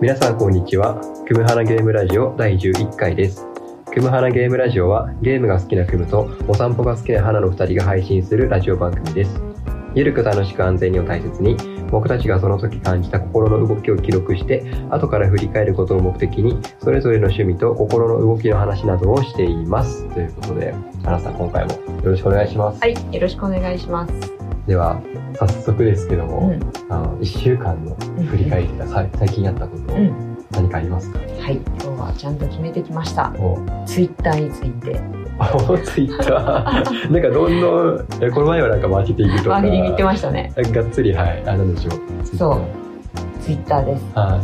皆さんこんにちは。クムハナゲームラジオ第11回です。クムハナゲームラジオはゲームが好きなクムとお散歩が好きなハナの2人が配信するラジオ番組です。ゆるく楽しく安全にを大切に、僕たちがその時感じた心の動きを記録して後から振り返ることを目的に、それぞれの趣味と心の動きの話などをしていますということで、ハナさん今回もよろしくお願いします。 はい、よろしくお願いします。 では早速ですけども、1週間の振り返りが最近やったこと、何かありますか？ はい、今日はちゃんと決めてきました。ツイッターについて。 ツイッターなんかどんどんこの前はなんかマーケティングとかマーケティング言ってましたね。 がっつり、はい、なんでしょう。 そう、ツイッターです。 はい、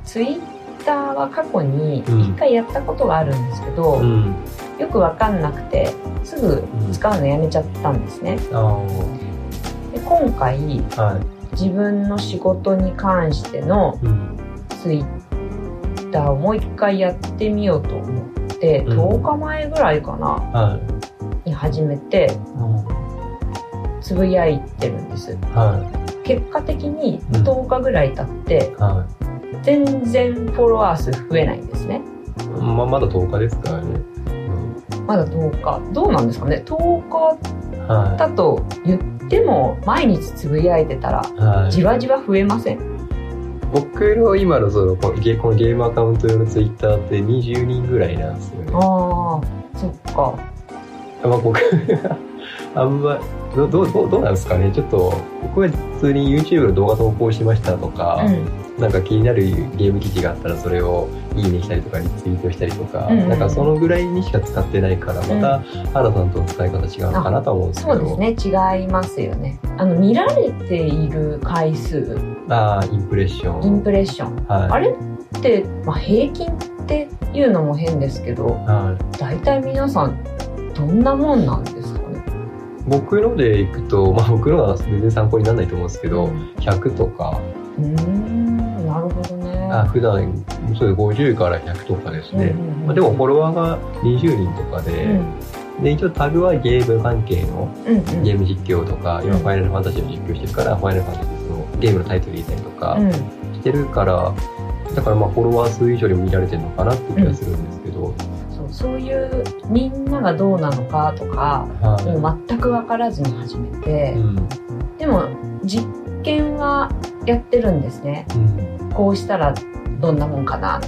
ツイッターは過去に1回やったことがあるんですけど、よくわかんなくてすぐ使うのやめちゃったんですね。で今回、自分の仕事に関してのツイッターをもう1回やってみようと思って10日前ぐらいかな、に始めてつぶやいてるんです。結果的に10日ぐらい経って、全然フォロワー数増えないんですね。 まだ10日ですからね。 まだ10日どうなんですかね。10日だと言っても毎日つぶやいてたらじわじわ増えません？ 僕の今のこのゲームアカウント用のツイッターって20人ぐらいなんですよね。 ああ、そっか。 僕あんまどうなんですかね。ちょっと僕は普通に YouTube の動画投稿しましたとか、なんか気になるゲーム記事があったらそれをいいねしたりとかリツイートしたりとか、なんかそのぐらいにしか使ってないから、また原さんとの使い方違うのかなと思うんですけど。 そうですね、違いますよね。見られている回数、 インプレッション、 あれって、平均っていうのも変ですけど、だいたい皆さんどんなもんなんですかね。 僕のでいくと、僕のは全然参考にならないと思うんですけど、100とか。 なるほどね。 普段そう50から100とかですね。でもフォロワーが20人とかで、で一応タグはゲーム関係のゲーム実況とか、今ファイナルファンタジーの実況してるから、ファイナルファンタジーのゲームのタイトル入れたりとかしてるから、だからフォロワー数以上にも見られてるのかなって気がするんですけど、 そういうみんながどうなのかとか、もう全く分からずに始めて、でも実験はやってるんですね。こうしたらどんなもんかなって、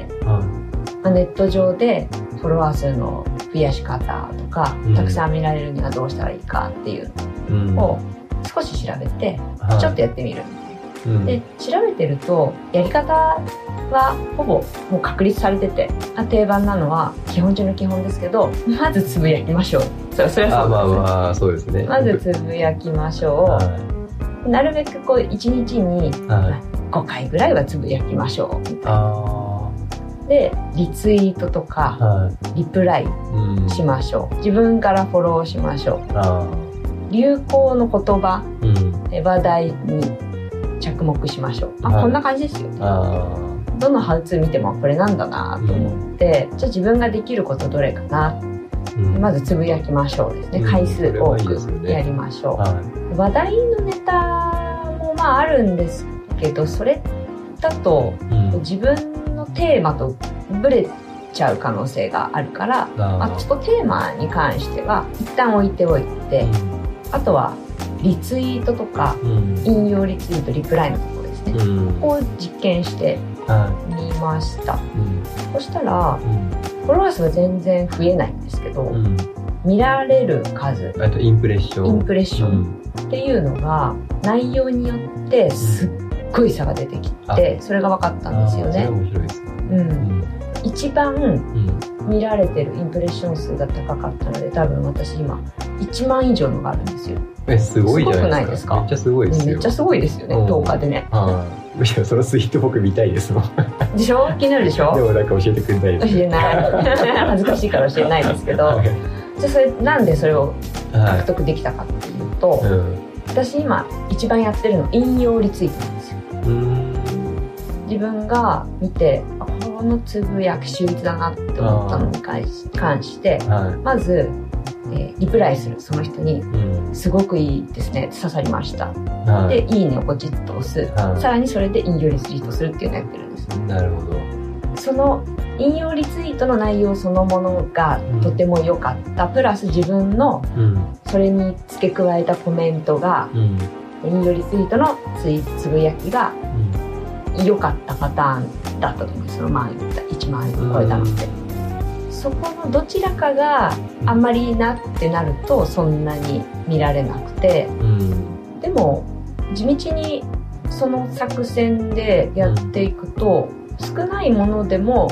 ネット上でフォロワー数の増やし方とか、たくさん見られるにはどうしたらいいかっていうのを少し調べて、ちょっとやってみるみたいな。で調べてるとやり方はほぼもう確立されてて、定番なのは基本中の基本ですけど、まずつぶやきましょう。それはそうです。 そうですね。 まずつぶやきましょう。なるべく1日に5回ぐらいはつぶやきましょうみたいな。でリツイートとか、リプライしましょう。自分からフォローしましょう。流行の言葉、話題に着目しましょう。こんな感じですよね。どのハウツー見てもこれなんだなと思って、じゃあ自分ができることどれかな、まずつぶやきましょうですね。回数多くやりましょう。話題のネタもあるんですけど、それだと自分のテーマとブレちゃう可能性があるから、ちょっとテーマに関しては一旦置いておいて、あとはリツイートとか、引用リツイート、リプライのところですね、ここを実験してみました。そしたら、フォロワー数は全然増えないんですけど、見られる数、 インプレッションっていうのが内容によってすっごい差が出てきて、それが分かったんですよね。 それ面白いですね。 一番見られてるインプレッション数が高かったので、多分私今1万以上のがあるんですよ。 すごいじゃないですか。めっちゃすごいですよ。 めっちゃすごいですよね、10日でね。 むしろそのツイート僕見たいですもん。 でしょ？気になるでしょ？ でもなんか教えてくれないです。 教えない。恥ずかしいから教えないですけど、じゃあなんでそれを獲得できたかっていうと、私今一番やってるの引用リツイートなんですよ。自分が見てこのつぶやき秀逸だなって思ったのに関して、まず、 リプライするその人に、すごくいいですね、刺さりました、でいいねをポチッと押す、さらにそれで引用リツイートするっていうのをやってるんです。 なるほど。 その引用リツイートの内容そのものがとても良かった、プラス自分のそれに付け加えたコメントが、引用リツイートのつぶやきが良かったパターンだったと思うんです。そのまあ言った1万円を超えたので、そこのどちらかがあんまりいいなってなるとそんなに見られなくて、でも地道にその作戦でやっていくと、少ないものでも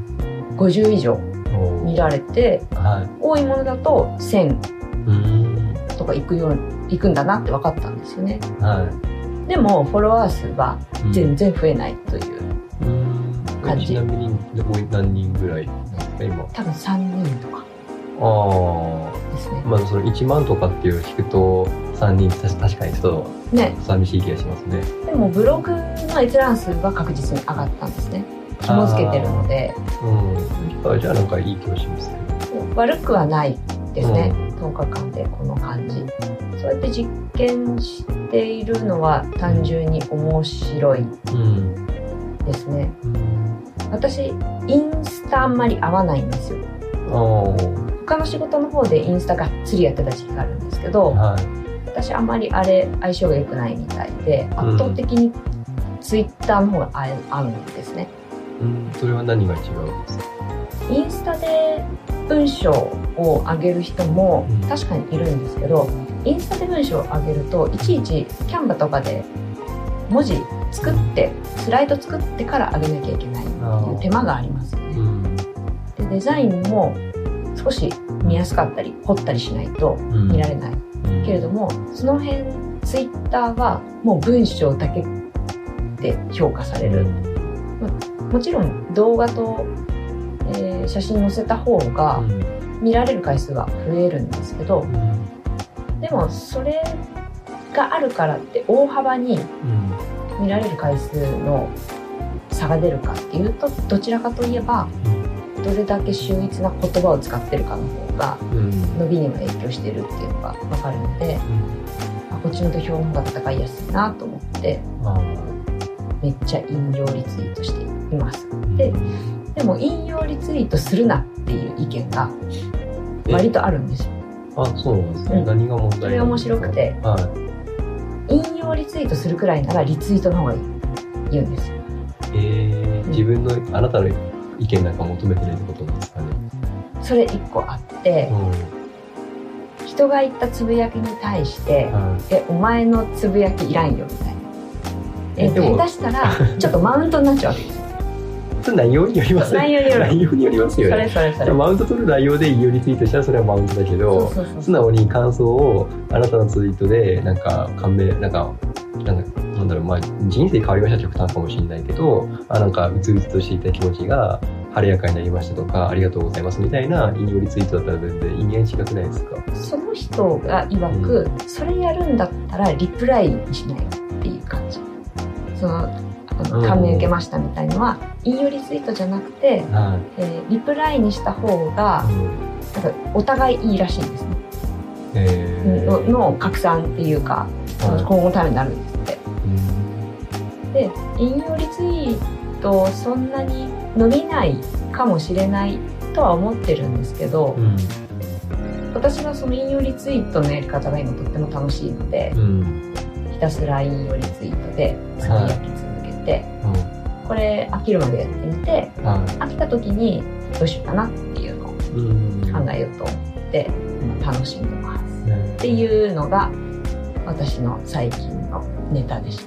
50以上見られて、多いものだと1000とかいくんだなって分かったんですよね。でもフォロワー数は全然増えないという感じ。 ちなみに何人ぐらいなんですか今？ 多分3人とかですね。 まあその1万とかっていう聞くと3人確かにちょっと寂しい気がしますね。 でもブログの閲覧数は確実に上がったんですね。紐付けてるので。 じゃあなんかいい気がしますね。 悪くはないですね。10日間でこの感じ。そうやって実験しているのは単純に面白いですね。私インスタあんまり合わないんですよ。他の仕事の方でインスタがっつりやってた時期があるんですけど、私あんまりあれ相性が良くないみたいで、圧倒的にツイッターの方が合うんですね。 それは何が違うんですか？ インスタで文章を上げる人も確かにいるんですけど、インスタで文章を上げるといちいちキャンバとかで文字作ってスライド作ってから上げなきゃいけないっていう手間がありますよね。でデザインも少し見やすかったり凝ったりしないと見られない、けれどもその辺ツイッターはもう文章だけで評価される、もちろん動画と、写真載せた方が見られる回数は増えるんですけど、でもそれがあるからって大幅に見られる回数の差が出るかっていうと、どちらかといえばどれだけ秀逸な言葉を使ってるかの方が伸びにも影響してるっていうのが分かるので、こっちの土俵の方が戦いやすいなと思ってめっちゃ引用リツイートしています。でも引用リツイートするなっていう意見が割とあるんですよ。 そうなんですね。何が問題なんですか？それ面白くて、引用リツイートするくらいならリツイートの方がいい言うんですよ。 自分のあなたの意見なんか求めてないってことなんですかね？それ 1個あって、人が言ったつぶやきに対して、お前のつぶやきいらんよみたいな。下手したらちょっとマウントになっちゃうわけですよ。 内容によりますね。内容によりますよね。それマウント取る内容で引用リツイートしたらそれはマウントだけど、素直に感想をあなたのツイートでなんか感銘なんだろう、まあ人生変わりましたって極端かもしれないけど、なんかうつうつとしていた気持ちが晴れやかになりましたとか、ありがとうございますみたいな引用リツイートだったら全然意味合い違くないですか？ その人が曰く、それやるんだったらリプライにしないっていう感じ。その感銘受けましたみたいのは引用リツイートじゃなくて、リプライにした方がなんかお互いいいらしいんですね。の拡散っていうか、今後のためになるんですって。で引用リツイートそんなに伸びないかもしれないとは思ってるんですけど、私はその引用リツイートのやり方が今とっても楽しいので、ひたすら引用リツイートでつぶやき続けて、これ飽きるまでやってみて、飽きた時にどうしようかなっていうのを考えようと思って楽しんでます、っていうのが私の最近のネタでした。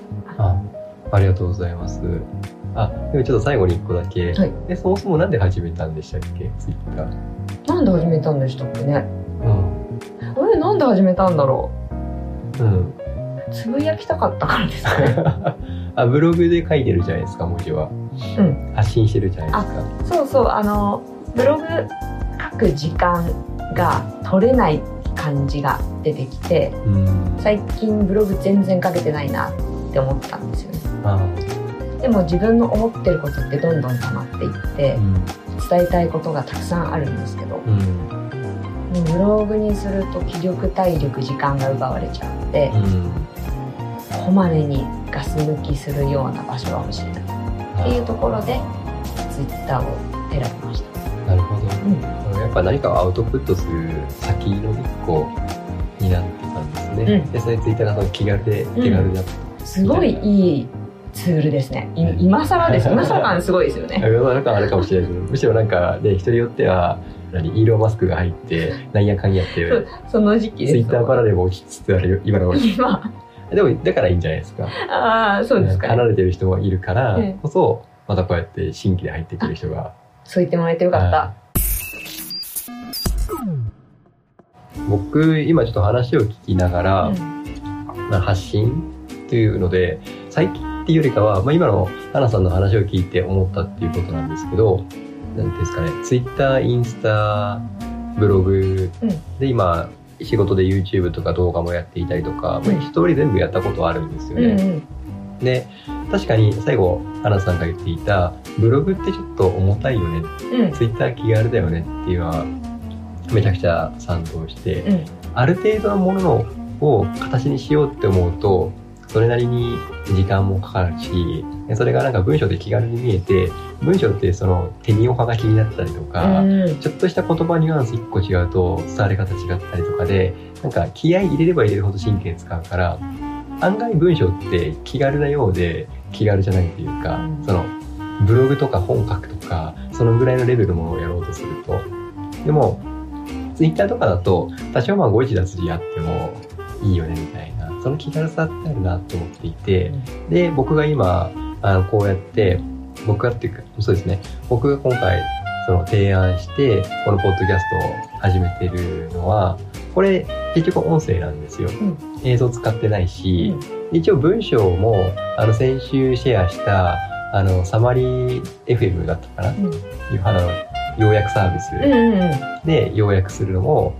ありがとうございます。でもちょっと最後に1個だけ、そもそもなんで始めたんでしたっけ、ツイッター？ なんで始めたんでしたっけね。なんで始めたんだろう。つぶやきたかったからですかね。 ブログで書いてるじゃないですか、文字は。発信してるじゃないですか。そうブログ書く時間が取れない感じが出てきて、最近ブログ全然書けてないなって思ったんですよね。でも自分の思ってることってどんどん溜まっていって、伝えたいことがたくさんあるんですけど、 ブログにすると気力体力時間が奪われちゃうので、こまめにガス抜きするような場所が欲しいなっていうところでツイッターを選びました。 なるほど、やっぱ何かをアウトプットする先の一個になってたんですね、でそれツイッターが気軽で手軽だった、 すごいいいツールですね。今更です。今更感すごいですよね。 今更感あるかもしれないけど、むしろなんかね、人によってはイーロンマスクが入ってなんやかんやってその時期です。 ツイッター離れも起きつつある今のでもだからいいんじゃないですか。 ああ、そうですか、ね、 離れてる人もいるからこそ、またこうやって新規で入ってくる人が、 そう言ってもらえてよかった。 僕今ちょっと話を聞きながら、発信っていうので最近っていうよりかは、今の花さんの話を聞いて思ったっていうことなんですけど、なんていうんですかね、ツイッター、インスタ、ブログで今仕事で YouTube とか動画もやっていたりとか、一通り全部やったことあるんですよね、で確かに最後花さんが言っていたブログってちょっと重たいよね、ツイッター気軽だよねっていうのはめちゃくちゃ賛同して、ある程度のものを形にしようって思うとそれなりに時間もかかるし、それがなんか文章で気軽に見えて、文章ってその手におはがきになったりとか、ちょっとした言葉ニュアンス1個違うと伝わり方違ったりとかで、なんか気合い入れれば入れるほど神経使うから、案外文章って気軽なようで気軽じゃないというか、そのブログとか本書くとかそのぐらいのレベルのものをやろうとすると、でもツイッターとかだと多少誤字脱字あってもいいよねみたいな、その気軽さってあるなと思っていて、で僕が今こうやって僕が今回その提案してこのポッドキャストを始めてるのは、これ結局音声なんですよ、映像使ってないし、一応文章も先週シェアしたサマリー FM だったかな、要約サービスで要約するのも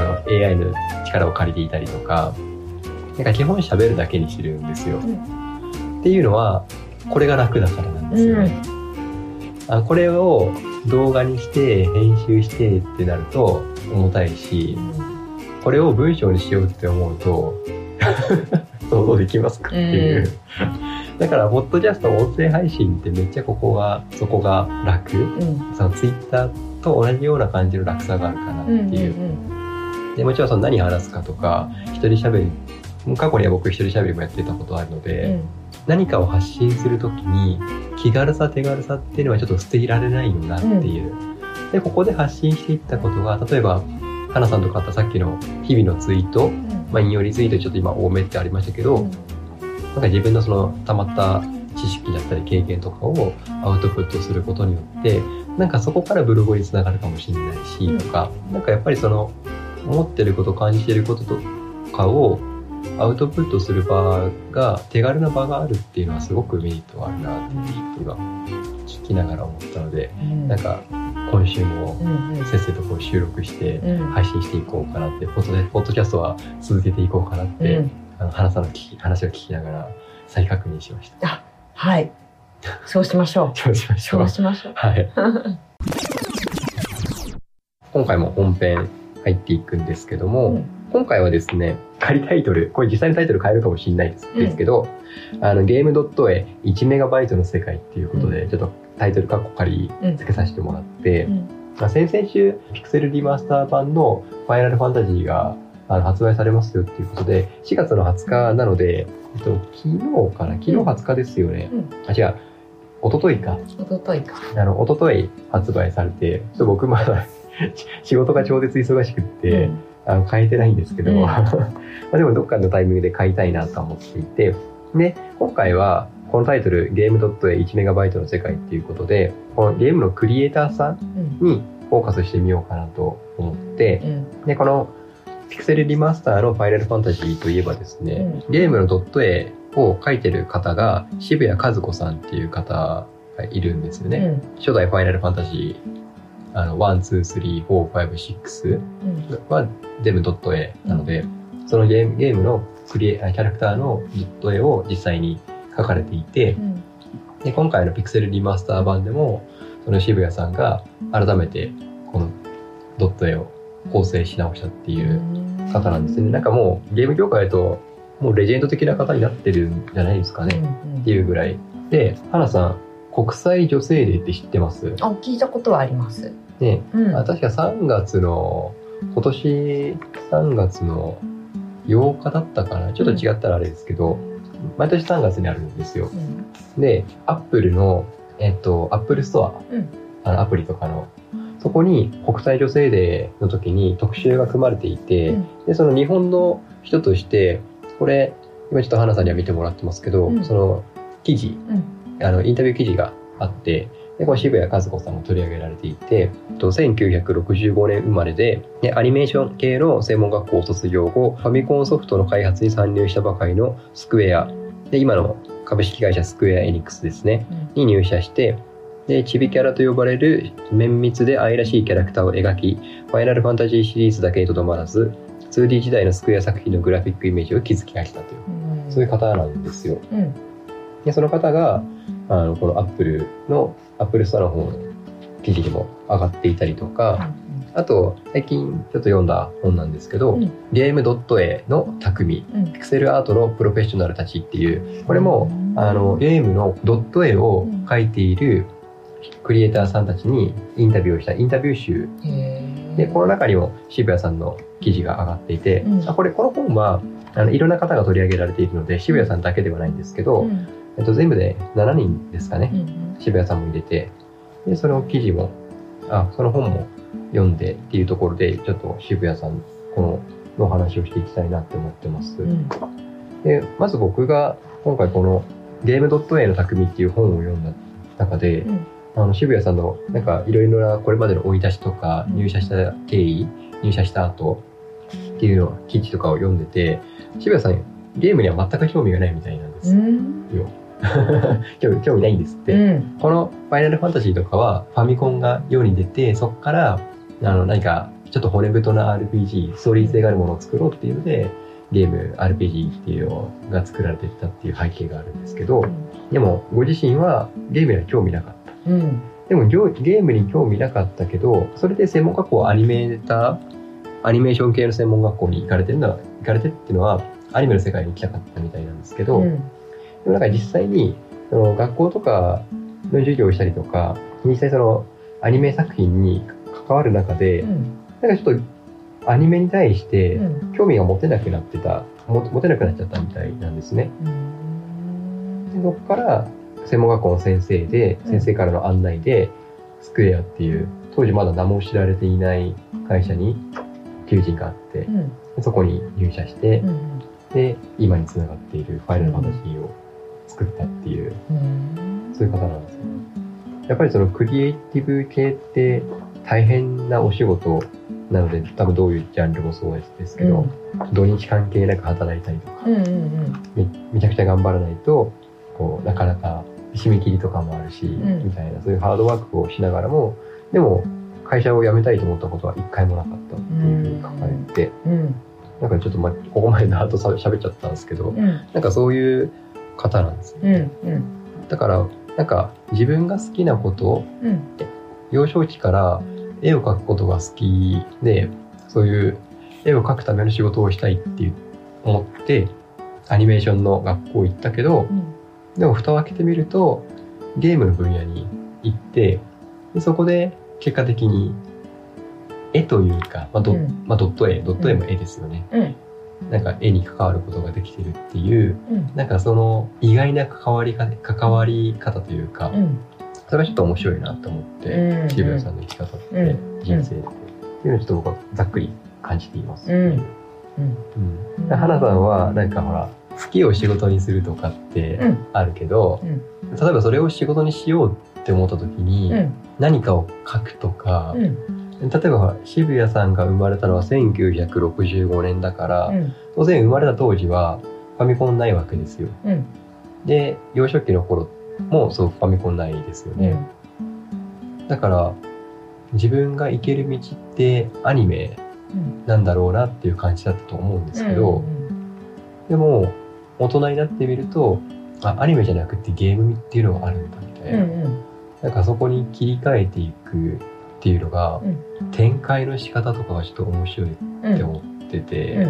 AI の力を借りていたりとか、なんか基本喋るだけにしてるんですよ、っていうのはこれが楽だからなんですよね、これを動画にして編集してってなると重たいし、これを文章にしようって思うと想像できますかっていう、だからポッドキャスト音声配信ってめっちゃそこが楽、そのツイッターと同じような感じの楽さがあるかなっていう、でもちろんその何話すかとか一人喋り、過去には僕一人喋りもやってたことあるので、何かを発信するときに気軽さ手軽さっていうのはちょっと捨てられないよなっていう、でここで発信していったことが、例えば花さんとかあったさっきの日々のツイート、引用リツイートちょっと今多めってありましたけど、なんか自分のその溜まった知識だったり経験とかをアウトプットすることによって、なんかそこからブログにつながるかもしれないし、とか、なんかやっぱりその思ってること感じてることとかをアウトプットする場が手軽な場があるっていうのはすごくメリットがあるなって今聞きながら思ったので、なんか今週もせっせとこう収録して配信していこうかなって、ポッドキャストは続けていこうかなって、花さんの話を聞きながら再確認しました。 はい、そうしましょう。そうしましょう。 はい。今回も本編入っていくんですけども、今回はですね、仮タイトル、これ実際にタイトル変えるかもしれないですけど、ゲーム.1 メガバイトの世界っていうことで、ちょっとタイトルカッコ仮付けさせてもらって、先々週ピクセルリマスター版のファイナルファンタジーが発売されますよっていうことで、4月の20日なので、昨日20日ですよね。違う。一昨日か。一昨日発売されて、ちょっと僕まだ仕事が超絶忙しくって、変えてないんですけど、でもどっかのタイミングで買いたいなと思っていて、で、今回はこのタイトル、ゲーム.1 メガバイトの世界っていうことで、このゲームのクリエイターさんにフォーカスしてみようかなと思って、で、このピクセルリマスターのファイナルファンタジーといえばですね、ゲームの.A を書いてる方が渋谷和子さんっていう方がいるんですよね。初代ファイナルファンタジー1、2、3、4、5、6は全部.A なので、そのゲームのキャラクターの.A を実際に書かれていて、で今回のピクセルリマスター版でもその渋谷さんが改めてこの.A を構成し直したっていう方なんですね。なんかもうゲーム業界だともうレジェンド的な方になってるんじゃないですかね、っていうぐらいで、花さん国際女性デーって知ってます？ 聞いたことはありますね、確か3月の今年3月の8日だったかな、ちょっと違ったらあれですけど、毎年3月にあるんですよ、でアップルのアップルストア、アプリとかのそこに国際女性デーの時に特集が組まれていて、でその日本の人としてこれ今ちょっと花さんには見てもらってますけど、その記事、インタビュー記事があって、でこれ渋谷和子さんも取り上げられていて、1965年生まれで、アニメーション系の専門学校を卒業後、ファミコンソフトの開発に参入したばかりのスクエアで、今の株式会社スクエアエニックスですね、に入社して、でチビキャラと呼ばれる綿密で愛らしいキャラクターを描き、ファイナルファンタジーシリーズだけにとどまらず 2D 時代のスクエア作品のグラフィックイメージを築き上げたという、そういう方なんですよ、でその方がこのアップルストアの方の記事にも上がっていたりとか、あと最近ちょっと読んだ本なんですけど、ゲーム .A の匠、ピクセルアートのプロフェッショナルたちっていう、これもゲームの .A を書いているクリエイターさんたちにインタビューをしたインタビュー集で、この中にも渋谷さんの記事が上がっていて、この本はいろんな方が取り上げられているので渋谷さんだけではないんですけど、全部で7人ですかね、渋谷さんも入れて、でその記事もその本も読んでっていうところで、ちょっと渋谷さんこの話をしていきたいなって思ってます、でまず僕が今回このゲーム .A の匠っていう本を読んだ中で、渋谷さんのなんかいろいろなこれまでの生い立ちとか入社した経緯、入社した後っていうの記事とかを読んでて、渋谷さんゲームには全く興味がないみたいなんですよ、興味ないんですって、このファイナルファンタジーとかはファミコンが世に出て、そこから何かちょっと骨太な RPG、ストーリー性があるものを作ろうっていうのでゲーム RPG っていうのが作られていったっていう背景があるんですけど、でもご自身はゲームには興味なかった、でもゲームに興味なかったけど、それで専門学校アニメーション系の専門学校に行かれてっていうのはアニメの世界に行きたかったみたいなんですけど、でもなんか実際にその学校とかの授業をしたりとか、実際そのアニメ作品に関わる中で、なんかちょっとアニメに対して興味が持てなくなっちゃったみたいなんですね。でそこから専門学校の先生からの案内でスクエアっていう当時まだ名も知られていない会社に求人があって、そこに入社して、で今につながっているファイナルファンタジーを作ったっていう、そういう方なんですよね。やっぱりそのクリエイティブ系って大変なお仕事なので、多分どういうジャンルもそうですけど、土日関係なく働いたりとか、めちゃくちゃ頑張らないとこうなかなか締め切りとかもあるし、みたいな、そういうハードワークをしながらも、でも会社を辞めたいと思ったことは一回もなかったっていうふうに書かれて、なんかちょっとここまでだと喋っちゃったんですけど、なんかそういう方なんですね、だからなんか自分が好きなこと、幼少期から絵を描くことが好きで、そういう絵を描くための仕事をしたいって思ってアニメーションの学校行ったけど、でも蓋を開けてみるとゲームの分野に行って、でそこで結果的に絵というか、ドット絵も絵ですよね、なんか絵に関わることができてるっていう、なんかその意外な関わり方というか、それはちょっと面白いなと思って、渋谷さんの生き方って人生っていうのをちょっと僕はざっくり感じています、花さんはなんかほら好きを仕事にするとかってあるけど、例えばそれを仕事にしようって思った時に、何かを書くとか、例えば渋谷さんが生まれたのは1965年だから、当然生まれた当時はファミコンないわけですよ、で幼少期の頃もそうファミコンないですよね、だから自分が行ける道ってアニメなんだろうなっていう感じだったと思うんですけど、でも大人になってみると、アニメじゃなくてゲームっていうのがあるんだみたいな、なんかそこに切り替えていくっっていうのが、展開の仕方とかがちょっと面白いって思ってて、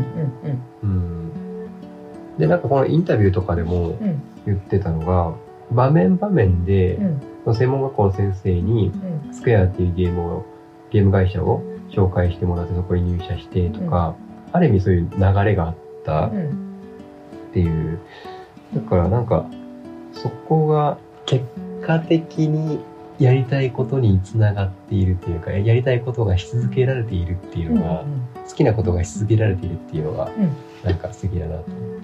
でなんかこのインタビューとかでも言ってたのが、場面場面で、専門学校の先生にスクエアっていうゲーム会社を紹介してもらってそこに入社してとか、ある意味そういう流れがあったっていう、だからなんかそこが結果的にやりたいことにつながっているっていうか、やりたいことがし続けられているっていうのが、好きなことがし続けられているっていうのが、なんか素敵だなと思って。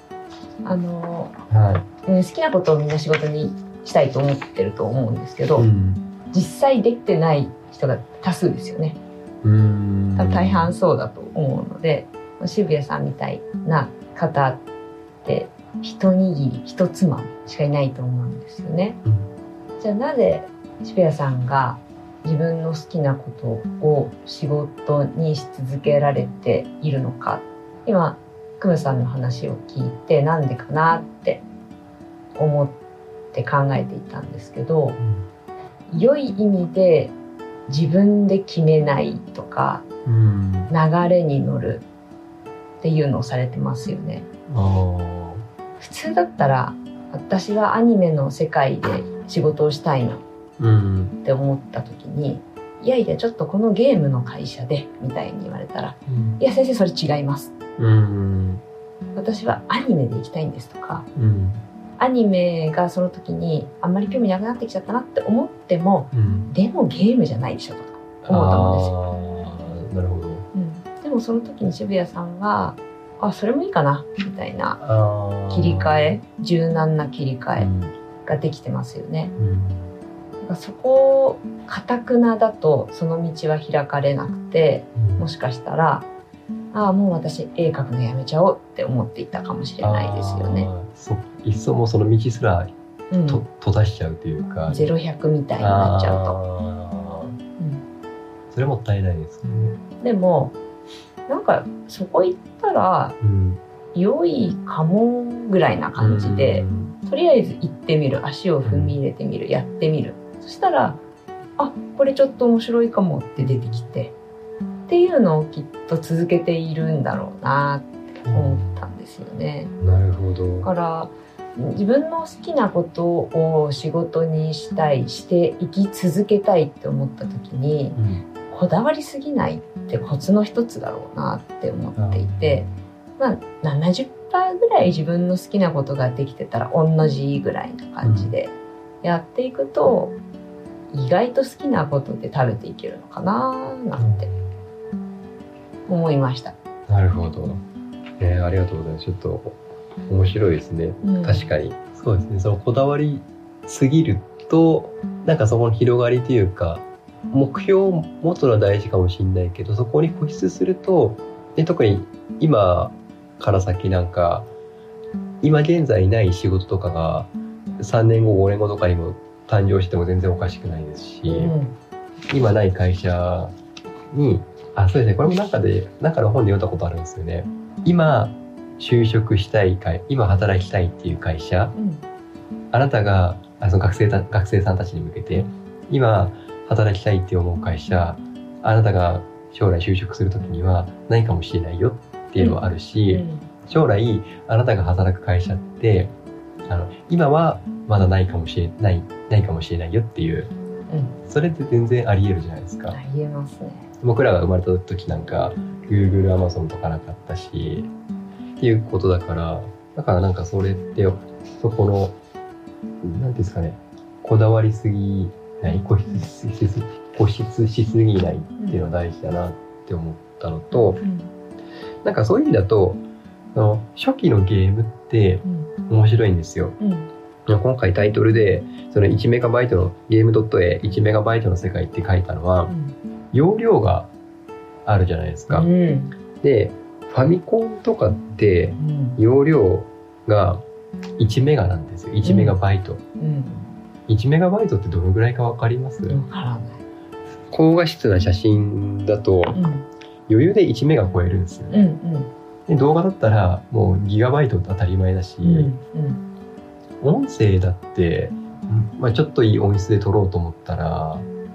好きなことをみんな仕事にしたいと思ってると思うんですけど、実際できてない人が多数ですよね。大半そうだと思うので、渋谷さんみたいな方って一握り一つまみしかいないと思うんですよね。じゃあなぜ渋谷さんが自分の好きなことを仕事にし続けられているのか、今クムさんの話を聞いてなんでかなって思って考えていたんですけど、良い意味で自分で決めないとか、流れに乗るっていうのをされてますよね。普通だったら私はアニメの世界で仕事をしたいのって思った時に、いやいやちょっとこのゲームの会社でみたいに言われたら、いや先生それ違います、私はアニメで行きたいんですとか、アニメがその時にあんまり興味なくなってきちゃったなって思っても、でもゲームじゃないでしょとか思ったんですよ。 なるほど。 でもその時に渋谷さんはそれもいいかなみたいな切り替え、柔軟な切り替えができてますよね。そこ堅くなだとその道は開かれなくて、もしかしたらもう私絵描くのやめちゃおうって思っていたかもしれないですよね。 いっそもうその道すら閉ざしちゃうというか、 0-100みたいになっちゃうと、 それもったいないですね。 でもなんかそこ行ったら、良いかもぐらいな感じで、とりあえず行ってみる、足を踏み入れてみる、やってみる、そしたらこれちょっと面白いかもって出てきてっていうのをきっと続けているんだろうなって思ったんですよね。 なるほど。 だから自分の好きなことを仕事にしていき続けたいって思った時に、こだわりすぎないってコツの一つだろうなって思っていて、70% ぐらい自分の好きなことができてたら同じぐらいな感じでやっていくと、意外と好きなことで食べていけるのかななんて思いました。 なるほど、ありがとうございます。ちょっと面白いですね、確かにそうですね。そのこだわりすぎるとなんかそこの広がりというか、目標を持つのは大事かもしれないけど、そこに固執すると、特に今から先なんか今現在ない仕事とかが3年後5年後とかにも誕生しても全然おかしくないですし、今ない会社にそうですね、これもなんかの本で読んだことあるんですよね。今就職したい今働きたいっていう会社、あなたがその学生さんたちに向けて今働きたいって思う会社、あなたが将来就職するときにはないかもしれないよっていうのはあるし、将来あなたが働く会社って今はまだないかもしれないよっていう、それって全然あり得るじゃないですか。 あり得ますね。僕らが生まれた時なんか Google、Amazon とかなかったしっていうことだから、なんかそれってそこのなんですかね、こだわりすぎない固執しすぎないっていうのは大事だなって思ったのと、なんかそういう意味だと初期のゲームって面白いんですよ。今回タイトルでその1メガバイトのゲーム .a1 メガバイトの世界って書いたのは、容量があるじゃないですか。でファミコンとかって容量が1メガなんですよ。1メガバイト、1メガバイトってどのぐらいか分かります？分からない。高画質な写真だと余裕で1メガ超えるんですよね。で動画だったらもうギガバイトって当たり前だし、音声だって、ちょっといい音質で撮ろうと思ったら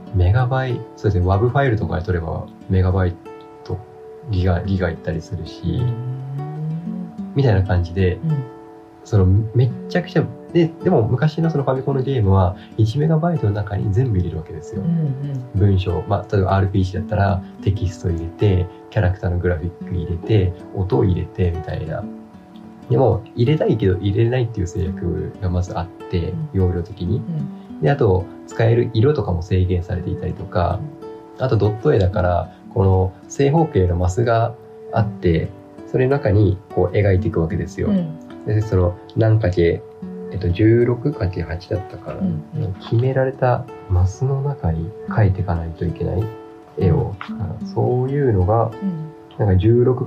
メガバイ、そうですね、WAV ファイルとかで取ればメガバイト、ギガいったりするし、みたいな感じで、そのめっちゃくちゃ、でも昔のそのファミコンのゲームは1メガバイトの中に全部入れるわけですよ。文章、例えば RPG だったらテキスト入れて、キャラクターのグラフィック入れて、音を入れてみたいな。でも入れたいけど入れれないっていう制約がまずあって、容量的に。で、あと使える色とかも制限されていたりとか、あとドット絵だからこの正方形のマスがあって、それの中にこう描いていくわけですよ。で、その何かけ16×8 だったから、決められたマスの中に描いていかないといけない絵を、そういうのがなんか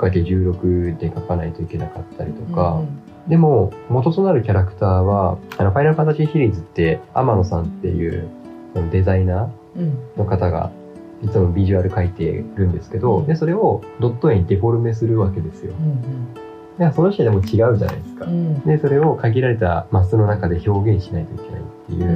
16×16 で描かないといけなかったりとか、でも元となるキャラクターはファイナルファンタジーシリーズって天野さんっていうデザイナーの方がいつもビジュアル描いてるんですけど、でそれをドット絵にデフォルメするわけですよ。その人でも違うじゃないですか。でそれを限られたマスの中で表現しないといけないっていう、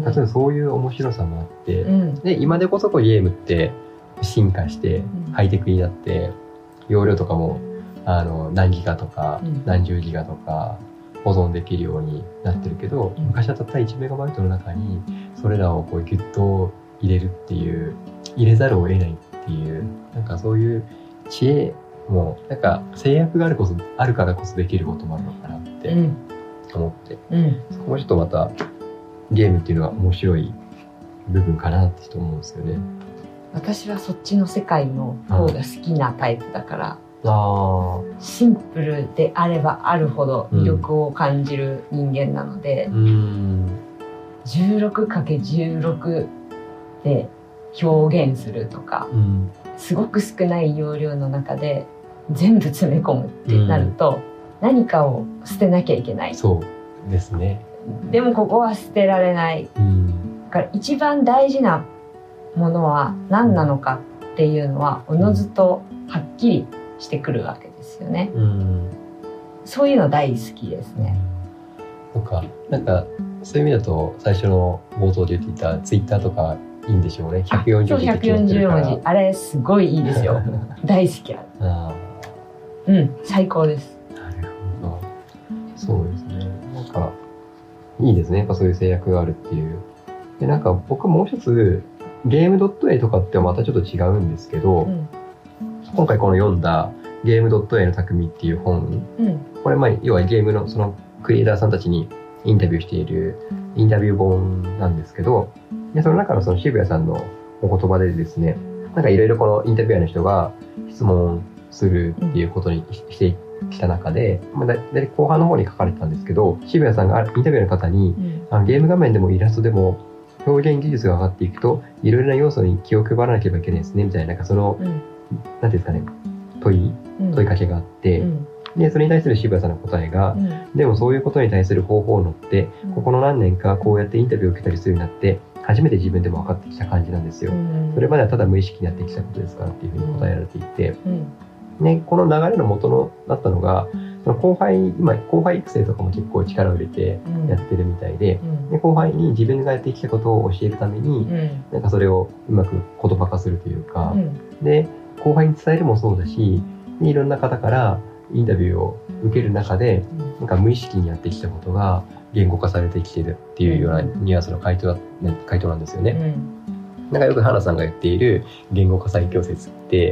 例えばそういう面白さもあって、で今でこそゲームって進化してハイテクになって容量とかも何ギガとか何十ギガとか保存できるようになってるけど、昔はたった1メガバイトの中にそれらをこうギュッと入れるっていう、入れざるを得ないっていう、なんかそういう知恵もなんか制約があるからこそできることもあるのかなって思って、そこもちょっとまたゲームっていうのは面白い部分かなって思うんですよね。 私はそっちの世界の方が好きなタイプだから、シンプルであればあるほど魅力を感じる人間なので、16×16 で表現するとか、すごく少ない容量の中で全部詰め込むってなると、何かを捨てなきゃいけない。 そうですね。 でもここは捨てられない。だから一番大事なものは何なのかっていうのはおのずとはっきりしてくるわけですよね。そういうの大好きですね。 なんかそういう意味だと最初の冒頭で言っていたツイッターとかいいんでしょうね。140字で決まってるから。 140文字。あれすごいいいですよ。大好き。最高です。 なるほど。そうですね。なんかいいですね。やっぱそういう制約があるっていう。で、なんか僕もう一つゲーム .a とかってまたちょっと違うんですけど、今回この読んだゲーム .a の匠っていう本、これ要はゲームのそのクリエイターさんたちにインタビューしているインタビュー本なんですけど、でその中のその渋谷さんのお言葉でですね、なんかいろいろこのインタビュアーの人が質問するっていうことにしてきた中で、だいたい後半の方に書かれてたんですけど、渋谷さんがインタビュアーの方に、ゲーム画面でもイラストでも表現技術が上がっていくといろいろな要素に気を配らなければいけないですねみたいな、なんかその、なんていうんですかね、問いかけがあって、でそれに対する渋谷さんの答えが、でもそういうことに対する方法論ってここの何年かこうやってインタビューを受けたりするようになって初めて自分でも分かってきた感じなんですよ。それまではただ無意識にやってきたことですからっていうふうに答えられていて、ね、この流れの元のだったのが、その後輩育成とかも結構力を入れてやってるみたいで、で後輩に自分がやってきたことを教えるために、なんかそれをうまく言葉化するというか、で後輩に伝えるもそうだし、いろんな方からインタビューを受ける中で、なんか無意識にやってきたことが言語化されてきてるっていうようなニュアンスの回答なんですよね。なんかよく花さんが言っている言語化最強説って、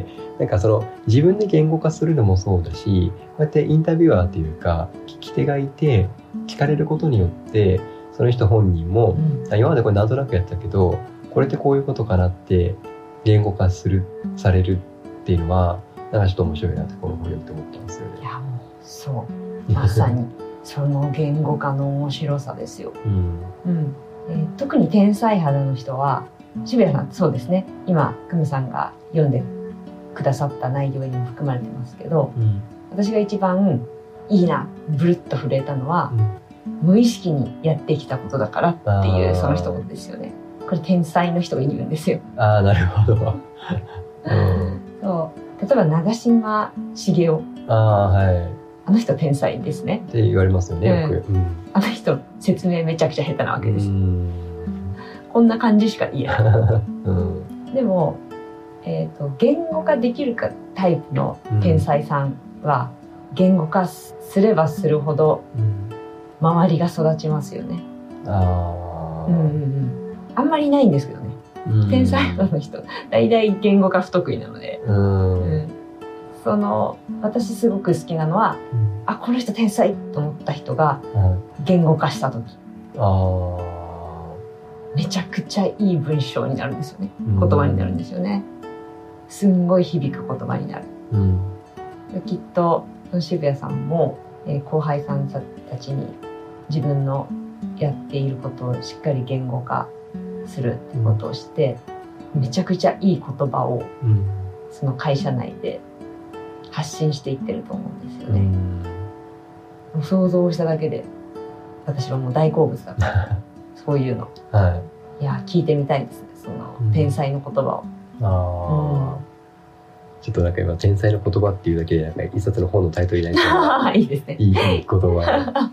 なんかその自分で言語化するのもそうだし、こうやってインタビュアーっていうか聞き手がいて聞かれることによってその人本人も、今までこれなんとなくやったけどこれってこういうことかなって言語化されるっていうのはなんかちょっと面白いなってこの本読んで思ったんですよね。 いやもうそうまさにその言語化の面白さですよ。特に天才肌の人は渋谷さんそうですね、今久美さんが読んでくださった内容にも含まれてますけど、私が一番いいなブルッと震えたのは、無意識にやってきたことだからっていうその一言ですよね。これ天才の人が言うんですよ。 なるほど。 そう例えば長嶋茂雄、あの人天才ですねって言われますよね、よく。 あの人説明めちゃくちゃ下手なわけです。 こんな感じしか言えない、でも、言語化できるかタイプの天才さんは、言語化すればするほど周りが育ちますよね。あんまりいないんですけどね、天才の人大体言語化不得意なので、私すごく好きなのは、この人天才と思った人が言語化した時、めちゃくちゃいい文章になるんですよね。言葉になるんですよね。すんごい響く言葉になる、きっと渋谷さんも、後輩さんたちに自分のやっていることをしっかり言語化するってことをして、めちゃくちゃいい言葉を、その会社内で発信していってると思うんですよね。もう想像しただけで私はもう大好物だからそういうの、いや聞いてみたいですね、その天才の言葉を。 ちょっとなんか今天才の言葉っていうだけでなんか一冊の本のタイトルになりそういいですね、 いい言葉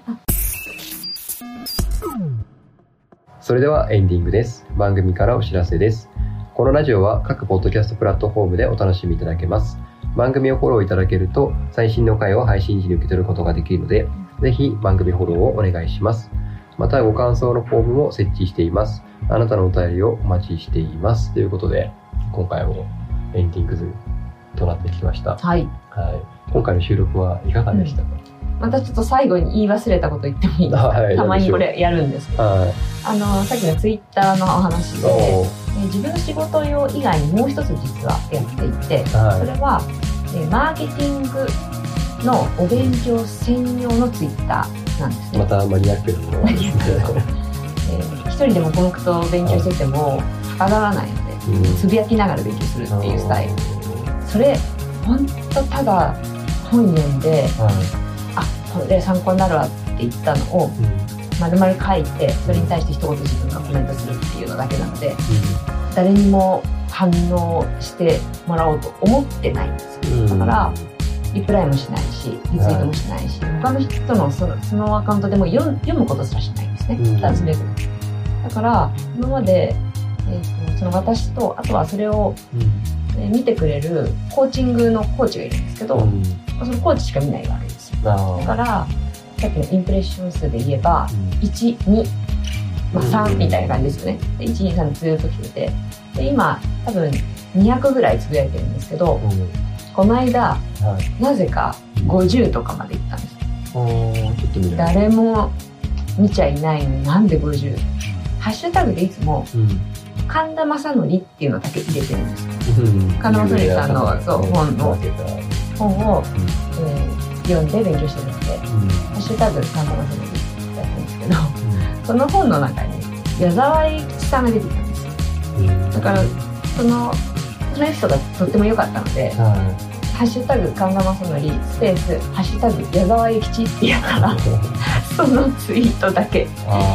それではエンディングです。番組からお知らせです。このラジオは各ポッドキャストプラットフォームでお楽しみいただけます。番組をフォローいただけると最新の回を配信時に受け取ることができるので、ぜひ番組フォローをお願いします。またご感想のフォームも設置しています。あなたのお便りをお待ちしています。ということで、今回もエンディングとなってきました。 はい。 今回の収録はいかがでしたか？ またちょっと最後に言い忘れたこと言ってもいいですか？たまにこれやるんですけど、さっきのツイッターのお話で、自分の仕事用以外にもう一つ実はやっていて、それは、マーケティングのお勉強専用のツイッターなんですね。 またマニアックなものが一人で黙々と勉強しててもはからないので、つぶやきながら勉強するっていうスタイル。それ本当ただ本読んで、これ参考になるわって言ったのを丸々書いて、それに対して一言自分がコメントするっていうのだけなので、誰にも反応してもらおうと思ってないんですよ。だからリプライもしないし、リツイートもしないし、他の人のそのアカウントでも読むことすらしないんですね。尋ねる。だから今まで、その私と、あとはそれを、見てくれるコーチングのコーチがいるんですけど、そのコーチしか見ないわけですよ。だからさっきのインプレッション数で言えば、1、2、3みたいな感じですよね。で1、2、3ずっと来てて、で今多分200ぐらいつぶやいてるんですけど、この間、なぜか50とかまでいったんです。 ちょっと見ない。 誰も見ちゃいないのになんで50？ハッシュタグでいつも、神田正則っていうのだけ入れてるんですよ。神田正則さんの本を、読んで勉強してるので、ハッシュタグ神田正則ってやってるんですけど、その本の中に矢沢永吉さんが出てきたんですよ。だからそのエピソードがとっても良かったので、ハッシュタグ神田正則スペースハッシュタグ矢沢永吉ってやったらそのツイートだけ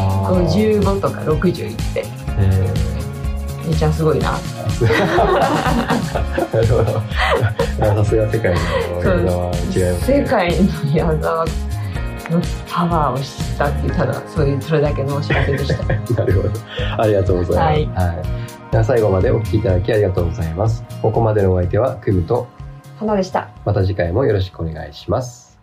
55とか60いって、みーちゃんすごいな。 さすが世界の矢沢違いますね。 世界の矢沢のパワーを知ったっていう、ただそれだけのお知らせでした。 なるほど、ありがとうございます。では最後までお聞きいただきありがとうございます。ここまでのお相手はクムと花でした。 また次回もよろしくお願いします。